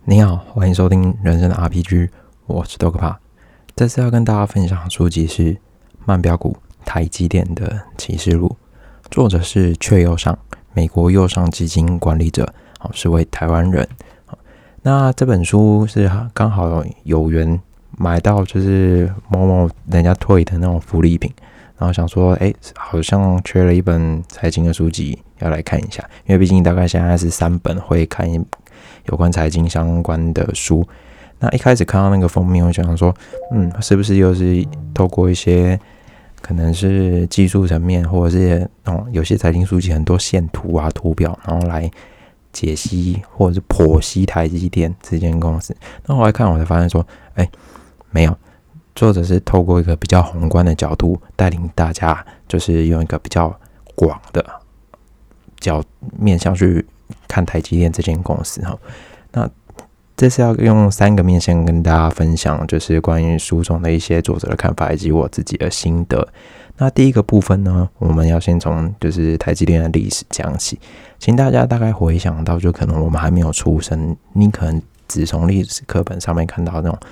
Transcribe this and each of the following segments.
你好，欢迎收听人生的 RPG， 我是 Dogpa。这次要跟大家分享的书籍是《慢标股台积电的启示录》，作者是阙佑尚，美国佑尚基金管理者，是位台湾人。那这本书是刚好有缘买到，就是某某人家退的那种福利品，然后想说，好像缺了一本财经的书籍，要来看一下，因为毕竟大概现在是3本会看有关财经相关的书。那一开始看到那个封面，我想说，是不是又是透过一些可能是技术层面，或者是有些财经书籍很多线图啊、图表，然后来解析或者是剖析台积电这间公司。那后来看我才发现说，没有，作者是透过一个比较宏观的角度，带领大家就是用一个比较广的面向去看台积电这间公司。那这次要用3个面向跟大家分享，就是关于书中的一些作者的看法以及我自己的心得。那第一个部分呢，我们要先从就是台积电的历史讲起，请大家大概回想到，就可能我们还没有出生，你可能只从历史课本上面看到那种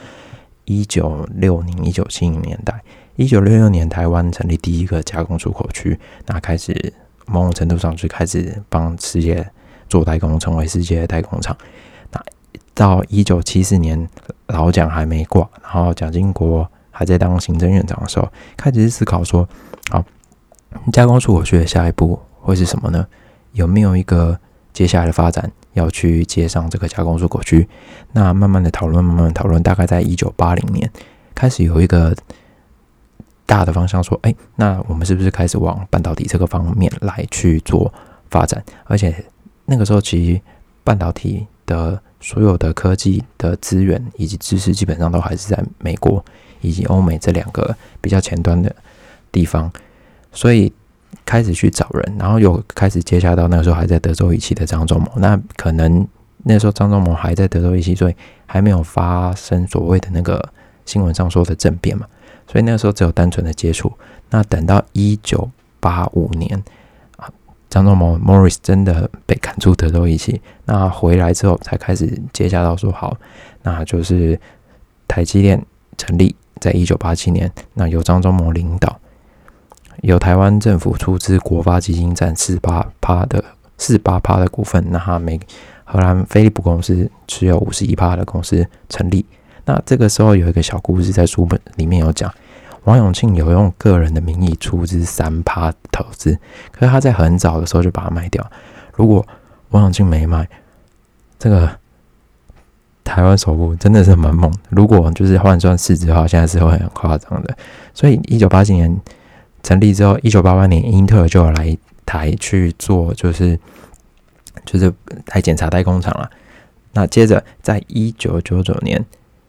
1960、1970年代，1966年台湾成立第一个加工出口区，那开始某种程度上就开始帮世界做代工，成为世界的代工厂。那到1974年老蒋还没挂，然后蒋经国还在当行政院长的时候，开始思考说，好，加工出口区的下一步会是什么呢？有没有一个接下来的发展要去接上这个加工出口区？那慢慢的讨论，大概在1980年开始有一个大的方向说，那我们是不是开始往半导体这个方面来去做发展？而且那个时候其实半导体的所有的科技的资源以及知识基本上都还是在美国以及欧美这2个比较前端的地方，所以开始去找人，然后有开始接洽到那个时候还在德州仪器的张忠谋。那可能那时候张忠谋还在德州仪器，所以还没有发生所谓的那个新闻上说的政变嘛，所以那个时候只有单纯的接触。那等到1985年张忠谋 Morris 真的被赶出德州仪器，那回来之后才开始接洽到说，好，那就是台积电成立在1987年，那由张忠谋领导，由台湾政府出资，国发基金占48%的股份，那荷兰飞利浦公司持有51%的公司成立。那这个时候有一个小故事在书本里面有讲，王永庆有用个人的名义出资3%投资，可是他在很早的时候就把它卖掉。如果王永庆没卖，这个台湾首富真的是蛮猛的。如果就是换算市值的话，现在是会很夸张的。所以1987年成立之后，1988年英特尔就有来台去做，就是来检查代工厂了。那接着在1999年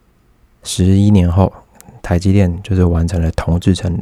11年后，台积电就是完成了铜制成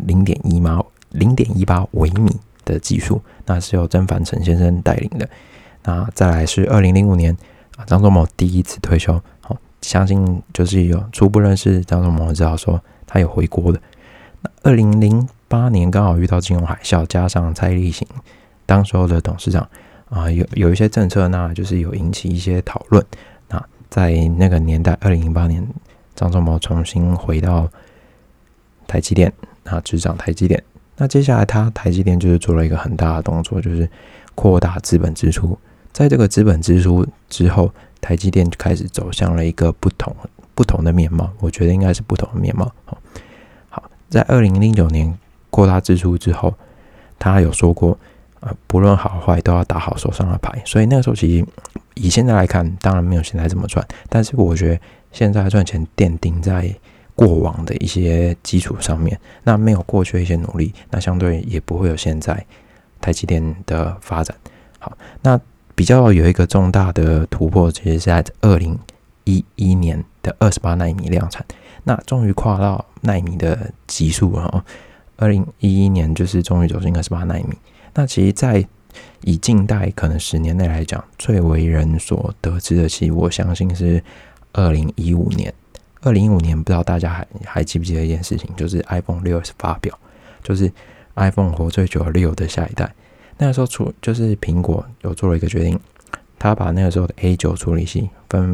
0.18微米的技术，那是由曾凡成先生带领的。那再来是2005年，张忠谋第一次退休，相信就是有初步认识张忠谋知道说他有回国的。那2008年刚好遇到金融海啸，加上蔡力行当时候的董事长有一些政策，那就是有引起一些讨论。那在那个年代，2008年张忠谋重新回到台积电，执掌台积电。那接下来台积电就是做了一个很大的动作，就是扩大资本支出。在这个资本支出之后，台积电就开始走向了一个不同的面貌，我觉得应该是不同的面貌。好，在2009年扩大支出之后，他有说过，不论好坏都要打好手上的牌。所以那个时候其实以现在来看，当然没有现在这么赚，但是我觉得现在赚钱奠定在过往的一些基础上面，那没有过去的一些努力，那相对也不会有现在台积电的发展。好，那比较有一个重大的突破，其实是在2011年的28奈米量产，那终于跨到奈米的级数了。2011年就是终于走进28奈米。那其实在以近代可能10年内来讲，最为人所得知的，其实我相信是2015年。2015年不知道大家还记不记得一件事情，就是 iPhone 6发表，就是 iPhone 活最久的6的下一代。那个时候就是苹果有做了一个决定，他把那个时候的 A9 处理器分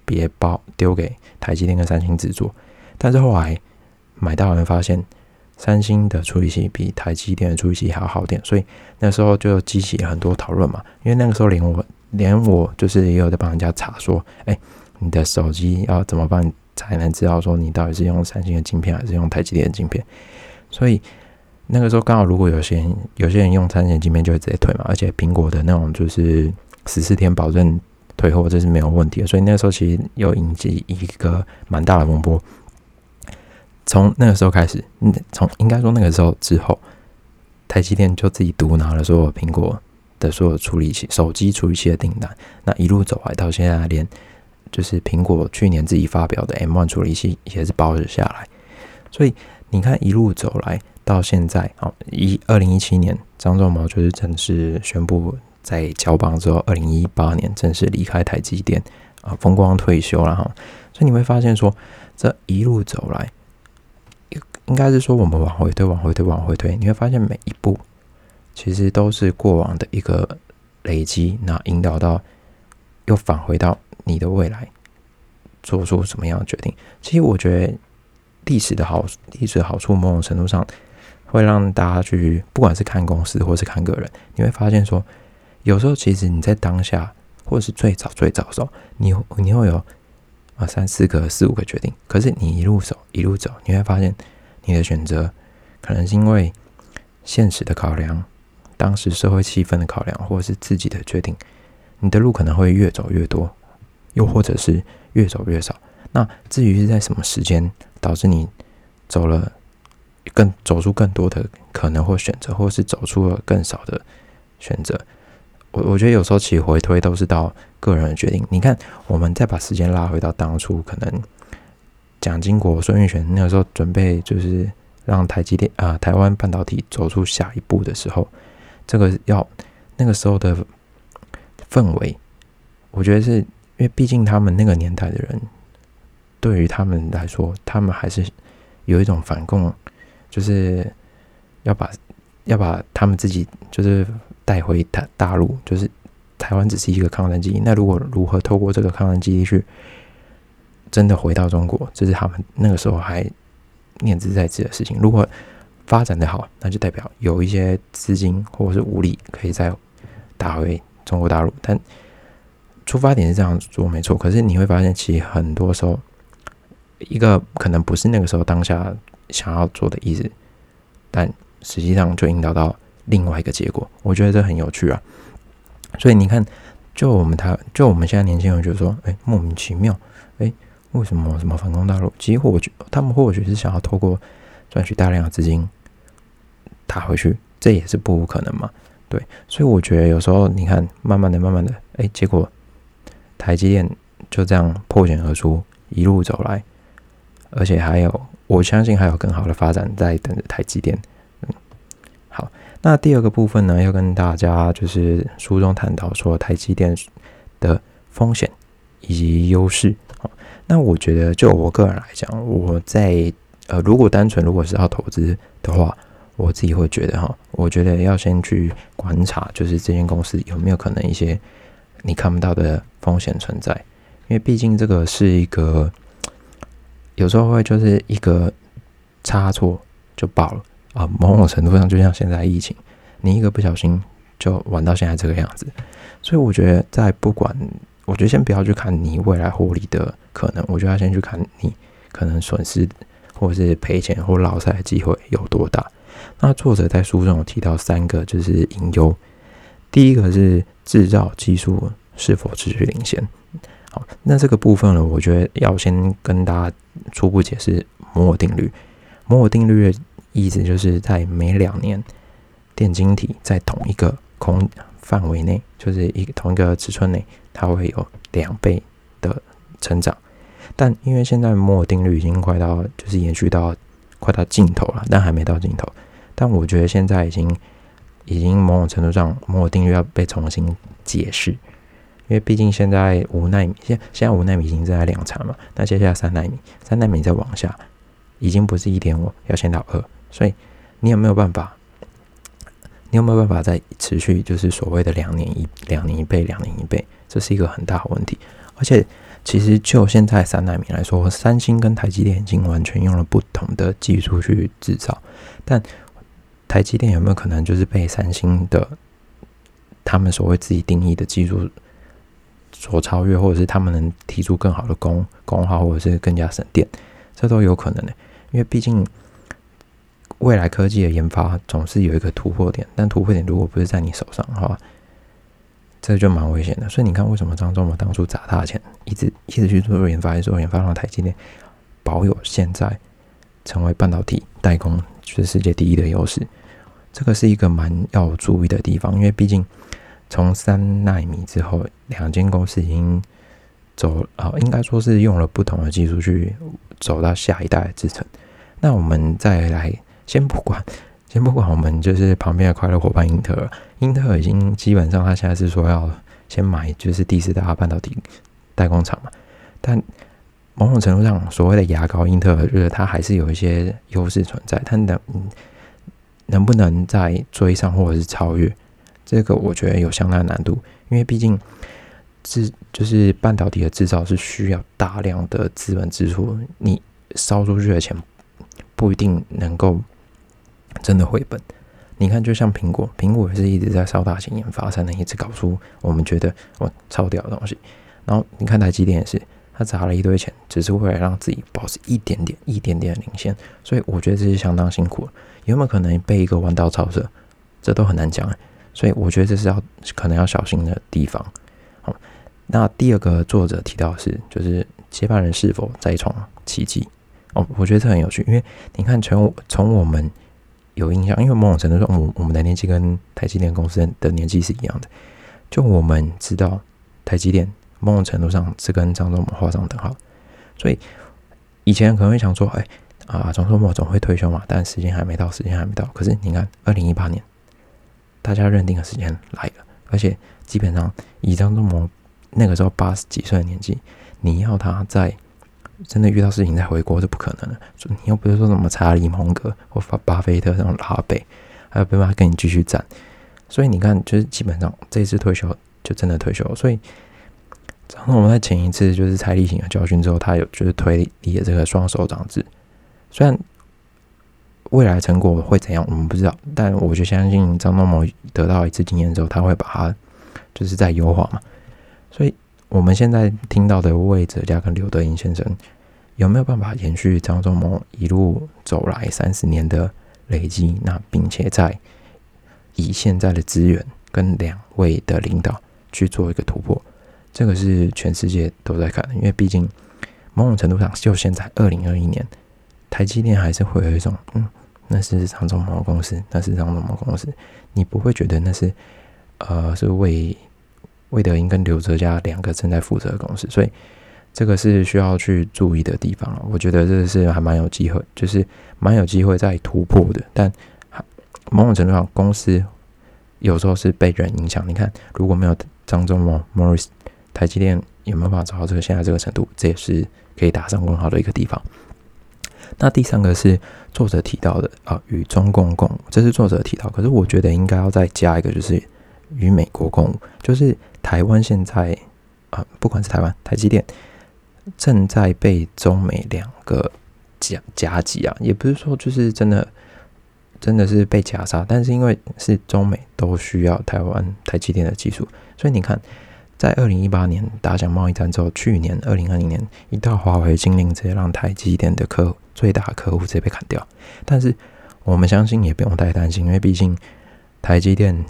别丢给台积电跟三星制作。但是后来买到人发现，三星的处理器比台积电的处理器还要好点，所以那时候就激起了很多讨论嘛。因为那个时候连我就是也有在帮人家查说，你的手机要怎么办才能知道说你到底是用三星的晶片还是用台积电的晶片？所以那个时候刚好如果有些人用三星的晶片就会直接退嘛，而且苹果的那种就是14天保证退货，这是没有问题的。所以那个时候其实有引起一个蛮大的风波。从那个时候开始，应该说那个时候之后，台积电就自己独拿了所有苹果的所有处理器、手机处理器的订单。那一路走来到现在，连就是苹果去年自己发表的 M1 处理器也是包了下来。所以你看一路走来到现在，2017年张忠谋就是正式宣布在交棒之后，2018年正式离开台积电风光退休了哈。所以你会发现说，这一路走来，应该是说我们往回推，你会发现每一步其实都是过往的一个累积，那引导到又返回到你的未来做出什么样的决定。其实我觉得历史的好处，某种程度上会让大家去，不管是看公司或是看个人，你会发现说，有时候其实你在当下或者是最早的时候，你会有3、4个、4、5个决定，可是你一路走，你会发现你的选择可能是因为现实的考量，当时社会气氛的考量，或者是自己的决定，你的路可能会越走越多，又或者是越走越少。那至于是在什么时间导致你走出更多的可能或选择，或是走出了更少的选择，我觉得有时候其实回推都是到个人的决定。你看，我们再把时间拉回到当初，可能蒋经国、孙运璇那个时候准备就是让台积电台湾半导体走出下一步的时候，那个时候的氛围，我觉得是因为毕竟他们那个年代的人，对于他们来说，他们还是有一种反共，就是要把他们自己就是带回大陆，就是台湾只是一个抗战基地，那如何透过这个抗战基地去真的回到中国，这是他们那个时候还念兹在兹的事情。如果发展的好，那就代表有一些资金或者是武力可以再打回中国大陆。但出发点是这样做没错，可是你会发现，其实很多时候，一个可能不是那个时候当下想要做的意思，但实际上就引导到另外一个结果。我觉得这很有趣啊。所以你看，就我们现在年轻人觉得说，莫名其妙，为什么反攻大陆？其实他们或许是想要透过赚取大量的资金打回去，这也是不无可能嘛。对，所以我觉得有时候你看，慢慢的，结果台积电就这样破茧而出，一路走来，而且我相信还有更好的发展在等着台积电。好，那第二个部分呢，要跟大家就是书中谈到说台积电的风险以及优势。那我觉得就我个人来讲，我在如果是要投资的话，我自己会觉得我觉得要先去观察，就是这间公司有没有可能一些你看不到的风险存在，因为毕竟这个是一个有时候会就是一个差错就爆了某种程度上就像现在疫情，你一个不小心就玩到现在这个样子。所以我觉得我觉得先不要去看你未来获利的可能，我觉得要先去看你可能损失或者是赔钱或落赛的机会有多大。那作者在书中有提到3个就是隐忧，第一个是制造技术是否持续领先。好，那这个部分呢，我觉得要先跟大家初步解释摩尔定律。摩尔定律的意思就是在每2年，电晶体在同一个空范围内，就是同一个尺寸内，它会有2倍的成长。但因为现在摩尔定律已经快到就是延续到快到尽头了，但还没到尽头。但我觉得现在已经某种程度上摩尔定律要被重新解释，因为毕竟现在5奈米，现在5奈米已经正在量产嘛，那接下来3奈米再往下，已经不是 1.5 要先到2，所以你有没有办法再持续就是所谓的2年一倍，这是一个很大的问题。而且其实就现在3奈米来说，三星跟台积电已经完全用了不同的技术去制造，但台积电有没有可能就是被三星的他们所谓自己定义的技术所超越，或者是他们能提出更好的功耗，或者是更加省电，这都有可能的。因为毕竟未来科技的研发总是有一个突破点，但突破点如果不是在你手上的话，这就蛮危险的。所以你看，为什么张忠谋当初砸大钱，一直去做研发，让台积电保有现在成为半导体代工就是世界第一的优势，这个是一个蛮要注意的地方。因为毕竟从3奈米之后，2间公司已经应该说是用了不同的技术去走到下一代的制程。那我们再来，先不管我们就是旁边的快乐伙伴英特尔，英特尔已经基本上他现在是说要先买就是第4大半导体代工厂嘛，但某种程度上所谓的牙膏英特尔就是它还是有一些优势存在，它能不能再追上或者是超越，这个我觉得有相当的难度。因为毕竟就是半导体的制造是需要大量的资本支出，你烧出去的钱不一定能够真的回本。你看，就像苹果也是一直在烧大钱研发，才能一直搞出我们觉得超屌的东西。然后你看台积电也是，他砸了一堆钱，只是为了让自己保持一点点的领先，所以我觉得这是相当辛苦的。有没有可能被一个弯道超车，这都很难讲。所以我觉得这是可能要小心的地方。好，那第二个作者提到的是，就是接班人是否再创奇迹。我觉得这很有趣，因为你看从我们有印象，因为某种程度上我们的年纪跟台积电公司的年纪是一样的，就我们知道台积电某种程度上是跟张忠谋画上等号，所以以前可能会想说，张忠谋总会退休嘛，但时间还没到。可是你看2018年大家认定的时间来了，而且基本上以张忠谋那个时候80几岁的年纪，你要他在真的遇到事情再回国是不可能的。你又不是说什么查理蒙格或巴菲特那种拉贝，还有办法跟你继续战。所以你看，就是基本上这一次退休就真的退休了。所以张忠谋在前一次就是蔡力行的教训之后，他有就是推理了这个双手掌制。虽然未来成果会怎样我们不知道，但我就相信张忠谋得到一次经验之后，他会把它就是再优化嘛。所以我们现在听到的魏哲家跟刘德英先生，有没有办法延续张忠谋一路走来30年的累积？那并且在以现在的资源跟2位的领导去做一个突破，这个是全世界都在看的。因为毕竟某种程度上，就现在2021年，台积电还是会有一种那是张忠谋公司，你不会觉得那是是魏德英跟刘哲家2个正在负责的公司，所以这个是需要去注意的地方。我觉得这是还蛮有机会，就是蛮有机会在突破的。但某种程度上，公司有时候是被人影响。你看，如果没有张忠谋 Morris， 台积电有没有办法走到现在这个程度，这也是可以打上问号的一个地方。那第3个是作者提到的与中共共舞，这是作者提到，可是我觉得应该要再加一个，就是与美国共舞。就是台湾现在不管是台湾台积电正在被中美2个夹击也不是说就是真的是被夹杀，但是因为是中美都需要台湾台积电的技术，所以你看在2018年打响贸易战之后，去年2020年一到华为禁令，直接让台积电的最大的客户直接被砍掉。但是我们相信也不用太担心，因为毕竟台积电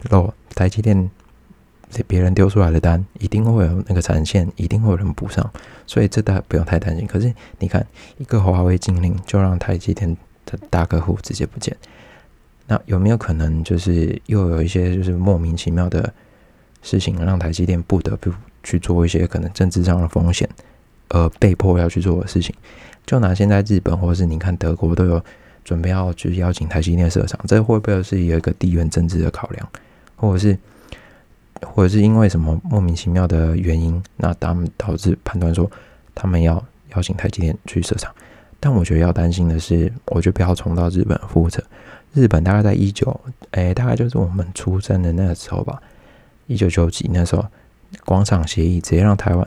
别人丢出来的单一定会有那个产线，一定会有人补上，所以这大家不用太担心。可是你看，一个华为禁令就让台积电的大客户直接不见，那有没有可能就是又有一些就是莫名其妙的事情，让台积电不得不去做一些可能政治上的风险，被迫要去做的事情？就拿现在日本或者是你看德国都有准备要去邀请台积电设厂，这会不会是有一个地缘政治的考量，或者是因为什么莫名其妙的原因，那他们导致判断说他们要邀请台积电去设厂？但我觉得要担心的是，我觉得不要重蹈日本的覆辙。日本大概在大概就是我们出生的那个时候吧，1990那时候广场协议直接让台湾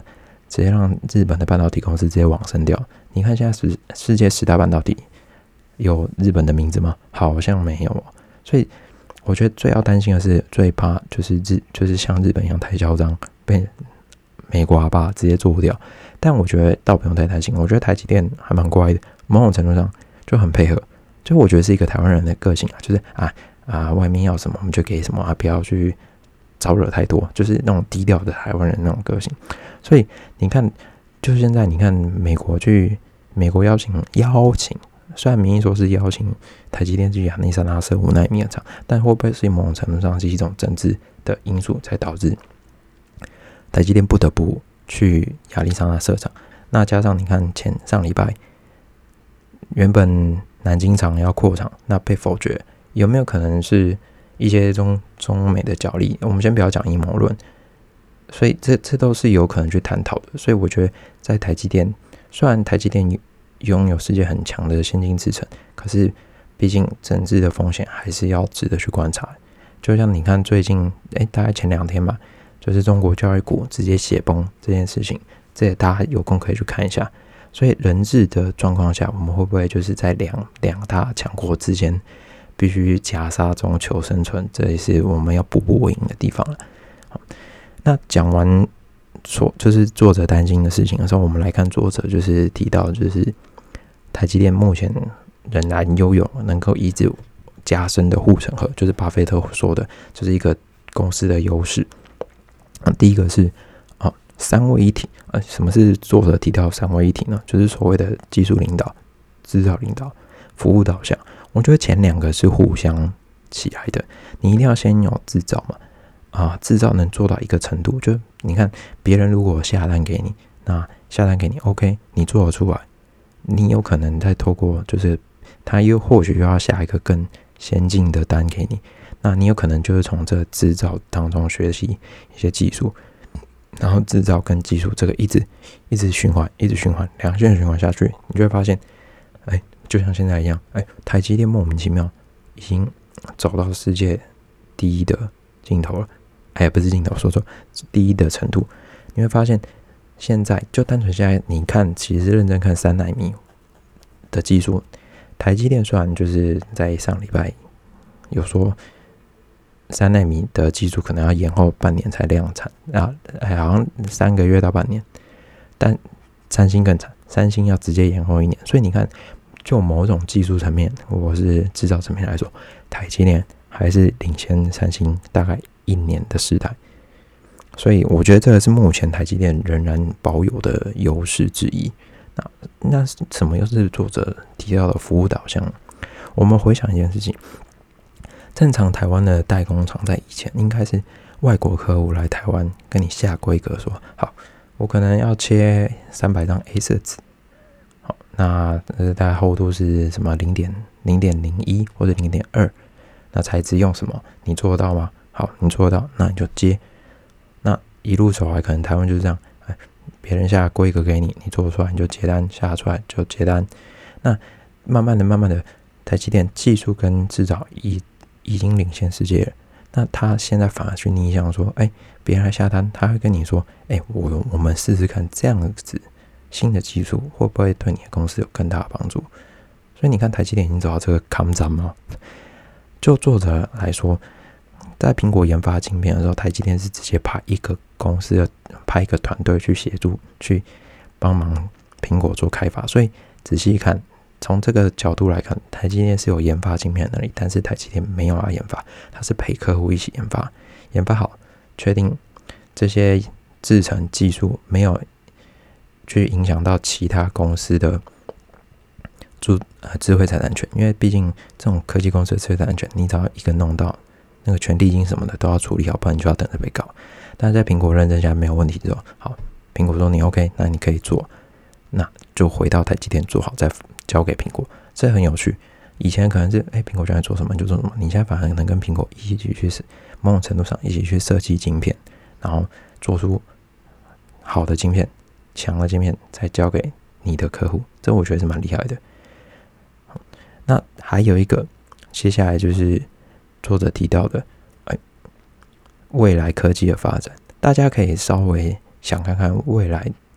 直接让日本的半导体公司直接往生掉。你看现在世界10大半导体有日本的名字吗？好像没有。所以我觉得最要担心的是，最怕就是像日本一样太嚣张，被美国阿爸直接做掉。但我觉得倒不用太担心，我觉得台积电还蛮乖的，某种程度上就很配合。就我觉得是一个台湾人的个性就是外面要什么我们就给什么不要去招惹太多，就是那种低调的台湾人那种个性。所以你看，就是现在你看美国邀请，虽然名义说是邀请台积电去亚利桑那设5奈米的厂，但会不会是某种程度上是一种政治的因素，才导致台积电不得不去亚利桑那设厂？那加上你看上礼拜原本南京厂要扩厂，那被否决，有没有可能是一些中美的角力？我们先不要讲阴谋论，所以这都是有可能去探讨的。所以我觉得在台积电，虽然台积电拥有世界很强的先进制程，可是毕竟政治的风险还是要值得去观察。就像你看最近大概前2天吧，就是中国教育股直接血崩这件事情，这也大家有空可以去看一下。所以人质的状况下，我们会不会就是在两大强国之间必须夹杀中求生存？这也是我们要步步为营的地方了。好，那讲完就是作者担心的事情的时候，我们来看作者就是提到，就是台积电目前仍然拥有能够一直加深的护城河，就是巴菲特说的，就是一个公司的优势。第一个是三位一体。什么是作者提到三位一体呢？就是所谓的技术领导、制造领导、服务导向。我觉得前2个是互相起来的，你一定要先有制造嘛。制造能做到一个程度，就你看别人如果下单给你，那下单给你 OK， 你做得出来，你有可能再透过就是他又或许又要下一个更先进的单给你，那你有可能就是从这制造当中学习一些技术，然后制造跟技术这个一直循环，良性循环下去，你就会发现，就像现在一样，台积电莫名其妙已经走到世界第一的尽头了，不是尽头，说错，第一的程度。你会发现，现在就单纯现在你看，其实认真看3奈米的技术，台积电虽然就是在上礼拜有说3奈米的技术可能要延后半年才量产好像3个月到半年，但三星更惨，三星要直接延后1年。所以你看，就某种技术层面或是制造层面来说，台积电还是领先三星大概1年的时代。所以我觉得这个是目前台积电仍然保有的优势之一。那什么又是作者提到的服务导向？我们回想一件事情，正常台湾的代工厂在以前应该是外国客户来台湾跟你下规格说，好，我可能要切300张 A4 纸，好，那大概厚度是什么0.01或者0.2，那材质用什么？你做得到吗？好，你做得到，那你就接。那一路走来，可能台湾就是这样，别人下规格给你，你做出来你就接单，下出来就接单。那慢慢的，台积电技术跟制造已经领先世界了。那他现在反而去逆向说，别人来下单，他会跟你说，我们试试看这样子新的技术会不会对你的公司有更大的帮助。所以你看台积电已经走到这个抗战嘛。就作者来说，在苹果研发晶片的时候，台积电是直接派一个团队去协助，去帮忙苹果做开发。所以仔细看，从这个角度来看，台积电是有研发晶片的能力，但是台积电没有要研发，它是陪客户一起研发好，确定这些制程技术没有去影响到其他公司的智慧财产权。因为毕竟这种科技公司的智慧财产权，你只要一个弄到那个权利金什么的都要处理好，不然你就要等着被告。但是在苹果认证下没有问题之后，好，苹果说你 OK， 那你可以做，那就回到台积电做好再交给苹果，这很有趣。以前可能是苹果就在做什么你就做什么，你现在反而能跟苹果一起去某种程度上一起去设计晶片，然后做出好的晶片、强的晶片，再交给你的客户，这我觉得是蛮厉害的。那还有一个，接下来就是作者提到的，未来科技的发展，大家可以稍微想看看未来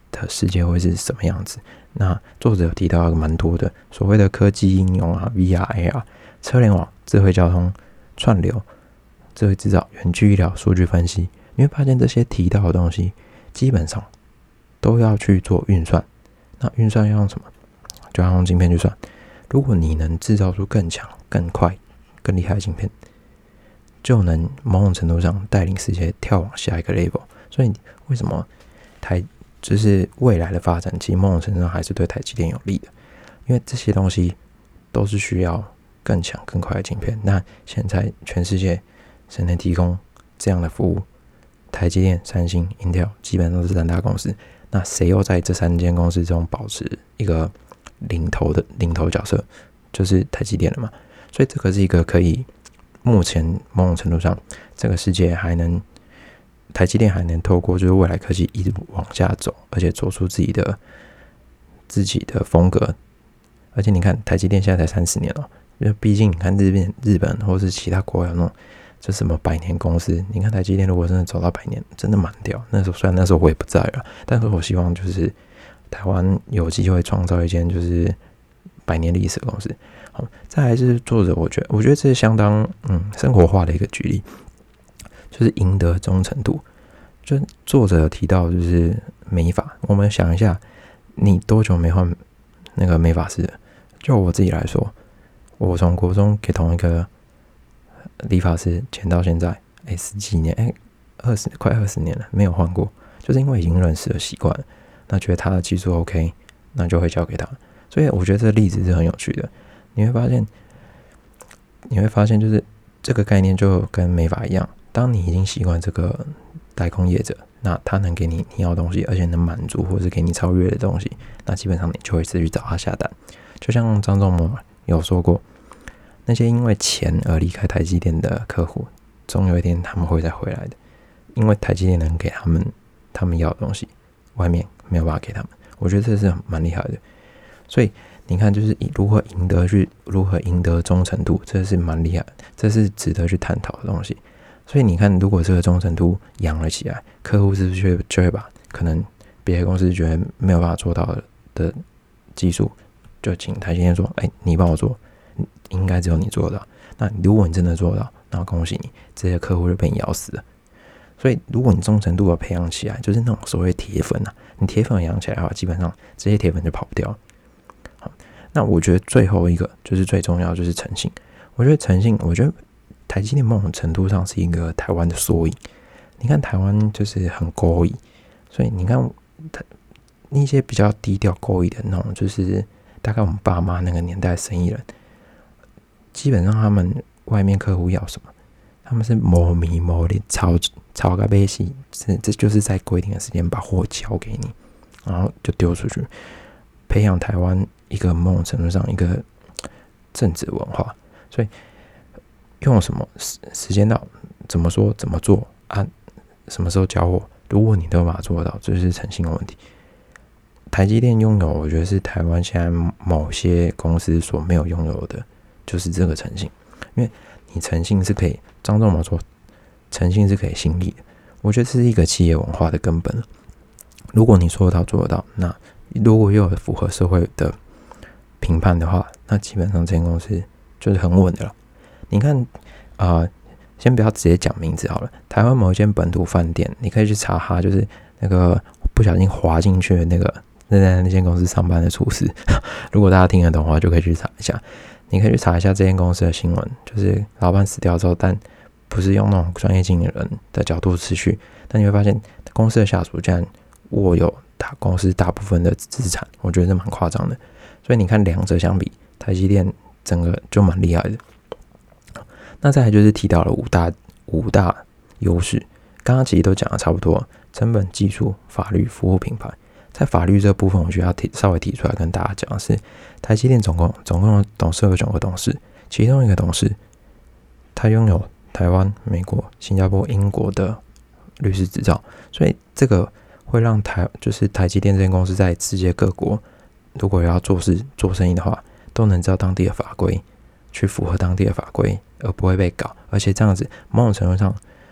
的世界会是什么样子。那作者有提到蛮多的所谓的科技应用啊 ，VR、AR、车联网、智慧交通、串流、智慧制造、远距医疗、数据分析，你会发现这些提到的东西基本上都要去做运算。那运算要用什么？就要用晶片去算。如果你能制造出更强、更快、更厉害的晶片，就能某种程度上带领世界跳往下一个 level。所以为什么就是未来的发展，其实某种程度上还是对台积电有利的，因为这些东西都是需要更强、更快的晶片。那现在全世界谁能提供这样的服务？台积电、三星、Intel 基本上都是3大公司。那谁又在这3间公司中保持一个领头角色，就是台积电了嘛。所以这个是一个可以目前某种程度上，这个世界台积电还能透过就是未来科技一直往下走，而且做出自己的风格。而且你看台积电现在才30年了，因为毕竟你看日本或是其他国家有那种这什么100年公司，你看台积电如果真的走到100年，真的蛮屌。虽然那时候我也不在了，但是我希望就是台湾有机会创造一间就是100年历史的公司。好，再来是作者，我觉得这是相当生活化的一个举例，就是赢得忠诚度。就作者有提到就是美发，我们想一下，你多久没换那个美发师了？就我自己来说，我从国中给同一个理发师剪到现在，10几年，快20年了，没有换过，就是因为已经认识了习惯了，那觉得他的技术 OK， 那就会交给他。所以我觉得这个例子是很有趣的。你会发现就是这个概念就跟美发一样，当你已经习惯这个代工业者，那他能给你要的东西，而且能满足或是给你超越的东西，那基本上你就会去找他下单。就像张忠谋有说过，那些因为钱而离开台积电的客户，终有一天他们会再回来的，因为台积电能给他们要的东西，外面没有办法给他们。我觉得这是蛮厉害的。所以你看，就是如何赢得忠诚度，这是蛮厉害的，这是值得去探讨的东西。所以你看，如果这个忠诚度养了起来，客户是不是就会把可能别的公司觉得没有办法做到的技术，就请台积电说：“你帮我做，应该只有你做得到。”那如果你真的做得到，那恭喜你，这些客户就被你咬死了。所以，如果你忠诚度的培养起来，就是那种所谓铁粉啊，你铁粉养起来的话，基本上这些铁粉就跑不掉了。好，那我觉得最后一个就是最重要，就是诚信。我觉得台积电某种程度上是一个台湾的缩影。你看台湾就是很勾引，所以你看那些比较低调勾引的那种，就是大概我们爸妈那个年代的生意人，基本上他们外面客户要什么，他们是某米某的超个杯西，这就是在规定的时间把货交给你，然后就丢出去，培养台湾一个某种程度上一个正直文化。所以用什么时间到，怎么说怎么做啊，什么时候交货，如果你都把它做到，这就是诚信的问题。台积电拥有，我觉得是台湾现在某些公司所没有拥有的，就是这个诚信。因为你诚信是可以，张忠谋说，诚信是可以信利的。我觉得这是一个企业文化的根本。如果你说得到做得到，那如果又有符合社会的评判的话，那基本上这间公司就是很稳的了。你看，先不要直接讲名字好了。台湾某一间本土饭店，你可以去查哈，就是那个不小心滑进去的那间公司上班的厨师。如果大家听得懂的话，就可以去查一下。你可以去查一下这间公司的新闻，就是老板死掉之后，但不是用那种专业经理人的角度持续，但你会发现公司的下属竟然握有公司大部分的资产，我觉得是蛮夸张的。所以你看两者相比，台积电整个就蛮厉害的。那再来就是提到了五大优势，刚刚其实都讲的差不多，成本、技术、法律、服务、品牌。在法律这部分，我觉得要稍微提出来跟大家讲的是，台积电总共董事有9个董事，其中一个董事他拥有台湾、美国、新加坡、英国的律师执照，所以这个会让就是台积电这间公司在世界各国，如果要做生意的话，都能知道当地的法规，去符合当地的法规，而不会被搞。而且这样子，某种程度上，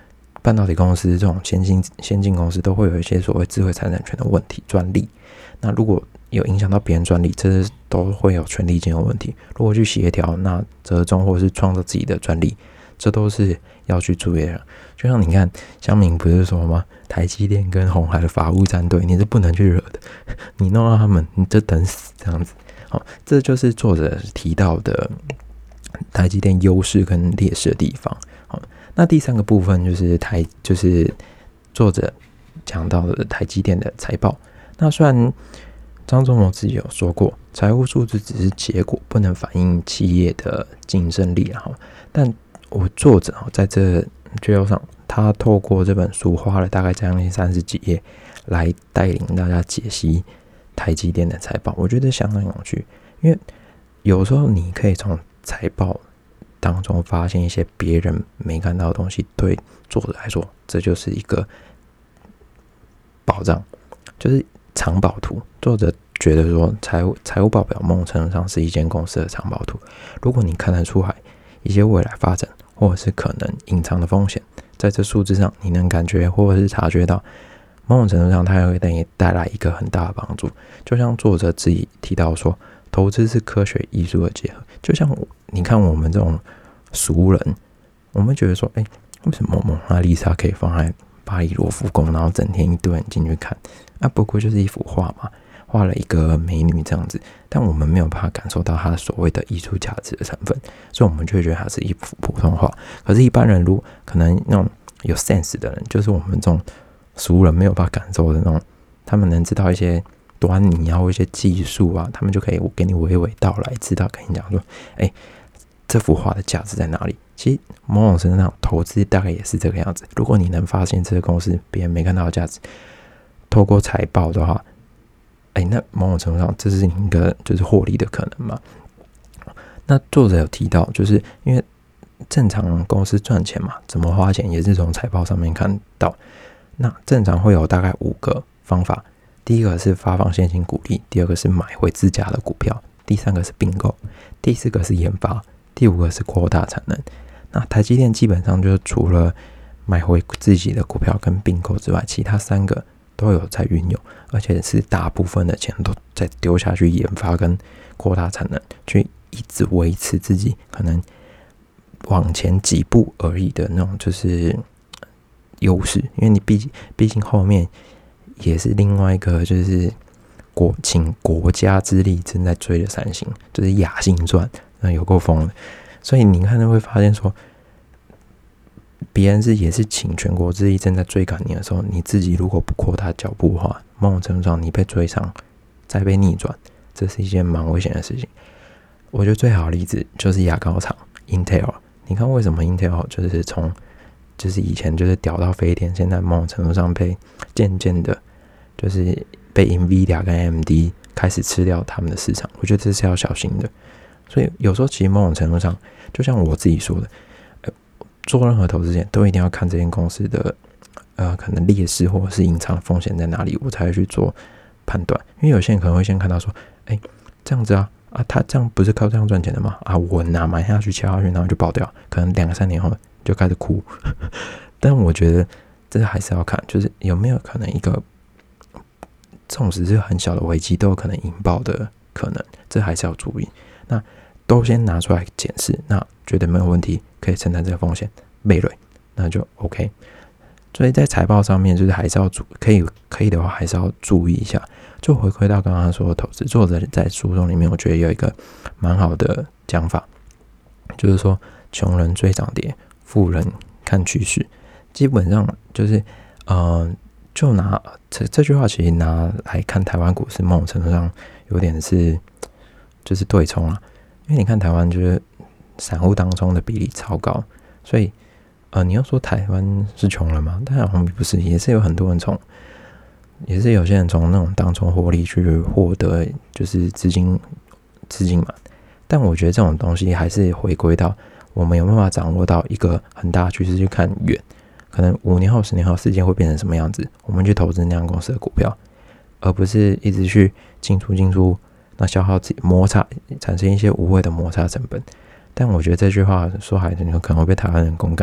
半导体公司这种先进公司都会有一些所谓智慧财产权的问题专利，那如果有影响到别人专利，这都会有权利金的问题。如果去协调，那折中或是创造自己的专利，这都是要去注意的。就像你看，乡民不是说吗？台积电跟鸿海的法务战队，你是不能去惹的，你弄到他们，你就等死这样子。好，这就是作者提到的台积电优势跟劣势的地方。好，那第三个部分就是作者讲到的台积电的财报。那虽然张忠谋自己有说过，财务数字只是结果，不能反映企业的竞争力，但我作者在这卷轴上，他透过这本书花了大概将近30几页，来带领大家解析台积电的财报，我觉得相当有趣。因为有时候你可以从财报当中发现一些别人没看到的东西，对作者来说，这就是一个宝藏，就是藏宝图。作者觉得说财务报表某种程度上是一间公司的藏宝图，如果你看得出来一些未来发展或者是可能隐藏的风险，在这数字上你能感觉或者是察觉到，某种程度上它会给你带来一个很大的帮助。就像作者自己提到说，投资是科学艺术的结合。就像你看我们这种俗人，我们觉得说，为什么蒙娜丽莎可以放在巴黎罗浮宫，然后整天一堆人进去看？不过就是一幅画嘛，画了一个美女这样子，但我们没有办法感受到它所谓的艺术价值的成分，所以我们就会觉得它是一幅普通画。可是，一般人如可能那种有 sense 的人，就是我们这种俗人没有办法感受的那种，他们能知道一些端倪啊，或一些技术啊，他们就可以给你娓娓道来，知道跟你讲说，这幅画的价值在哪里？其实某种程度上，投资大概也是这个样子。如果你能发现这个公司别人没看到的价值，透过财报的话，那某种程度上这是你一个就是获利的可能嘛。那作者有提到，就是因为正常公司赚钱嘛，怎么花钱也是从财报上面看到。那正常会有大概5个方法，第一个是发放现金股利，第二个是买回自家的股票，第三个是并购，第四个是研发，第5个是扩大产能。那台积电基本上就是除了买回自己的股票跟并购之外，其他3个都有在运用，而且是大部分的钱都在丢下去研发跟扩大产能，去一直维持自己可能往前几步而已的那种就是优势。因为你毕竟后面也是另外一个就是请国家之力正在追的3星，就是雅信传，那有够疯的。所以你看会发现说，别人也是请全国之力正在追赶你的时候，你自己如果不扩大脚步的话，某种程度上你被追上再被逆转，这是一件蛮危险的事情。我觉得最好的例子就是牙膏厂 Intel。 你看为什么 Intel 就是以前就是屌到飞天，现在某种程度上被渐渐的就是被 Nvidia 跟 AMD 开始吃掉他们的市场，我觉得这是要小心的。所以有时候其实某种程度上，就像我自己说的，做任何投资前都一定要看这间公司的可能劣势或者是隐藏风险在哪里，我才会去做判断。因为有些人可能会先看到说，这样子他这样不是靠这样赚钱的吗？稳买下去敲下去，然后就爆掉，可能2-3年后就开始哭。但我觉得这还是要看，就是有没有可能一个纵使是很小的危机都有可能引爆的可能，这还是要注意。那都先拿出来检视，那觉得没有问题，可以承担这个风险，背累，那就 OK。所以在财报上面，就是还是要可以的话，还是要注意一下。就回归到刚刚说的投资，作者在书中里面，我觉得有一个蛮好的讲法，就是说穷人追涨跌，富人看趋势。基本上就是就拿这句话其实拿来看台湾股市，某种程度上有点是就是对冲啊。因为你看台湾就是散户当中的比例超高，所以你要说台湾是穷人吗？当然好像不是，也是有很多人也是有些人从那种当冲获利去获得就是资金嘛。但我觉得这种东西还是回归到我们有办法掌握到一个很大的趋势，去看远，可能5年后、10年后世界会变成什么样子，我们去投资那样公司的股票，而不是一直去进出，那消耗自己摩擦，产生一些无谓的摩擦成本。但我觉得这句话说还是可能会被台湾人公干，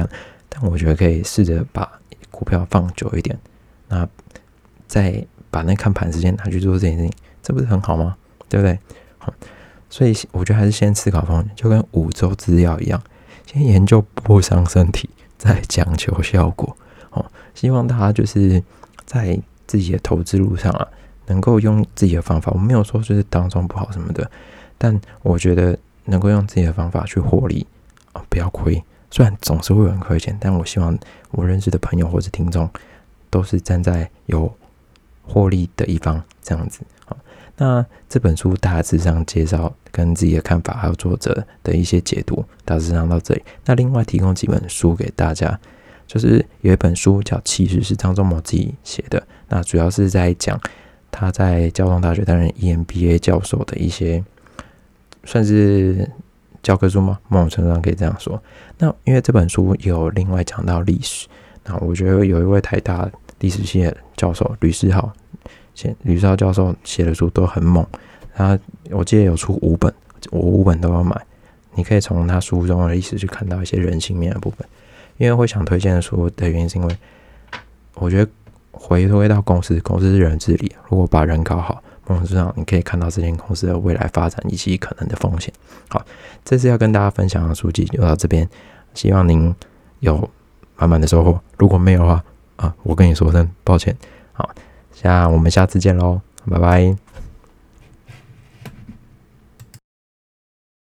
但我觉得可以试着把股票放久一点，那再把那看盘时间拿去做这件事情，这不是很好吗？对不对？所以我觉得还是先思考风险，就跟5周资料一样，先研究不伤身体，再讲求效果。希望大家就是在自己的投资路上啊，能够用自己的方法。我没有说就是当中不好什么的，但我觉得能够用自己的方法去获利不要亏。虽然总是会有人亏钱，但我希望我认识的朋友或者听众都是站在有获利的一方，这样子。那这本书大致上介绍跟自己的看法，还有作者的一些解读，大致上到这里。那另外提供几本书给大家，就是有一本书叫《其实》，是张忠谋自己写的，那主要是在讲他在交通大学担任 EMBA 教授的一些算是教科书吗？某种程度上可以这样说。那因为这本书有另外讲到历史，那我觉得有一位台大历史系的教授吕世浩教授写的书都很猛，我记得有出5本，我5本都要买。你可以从他书中的历史去看到一些人性面的部分。因为会想推荐的书的原因，是因为我觉得回归到公司是人治理，如果把人搞好，某种程度上你可以看到这间公司的未来发展以及可能的风险。好，这次要跟大家分享的书籍就到这边，希望您有满满的收获。如果没有的话我跟你说声抱歉。好，我们下次见咯，拜拜。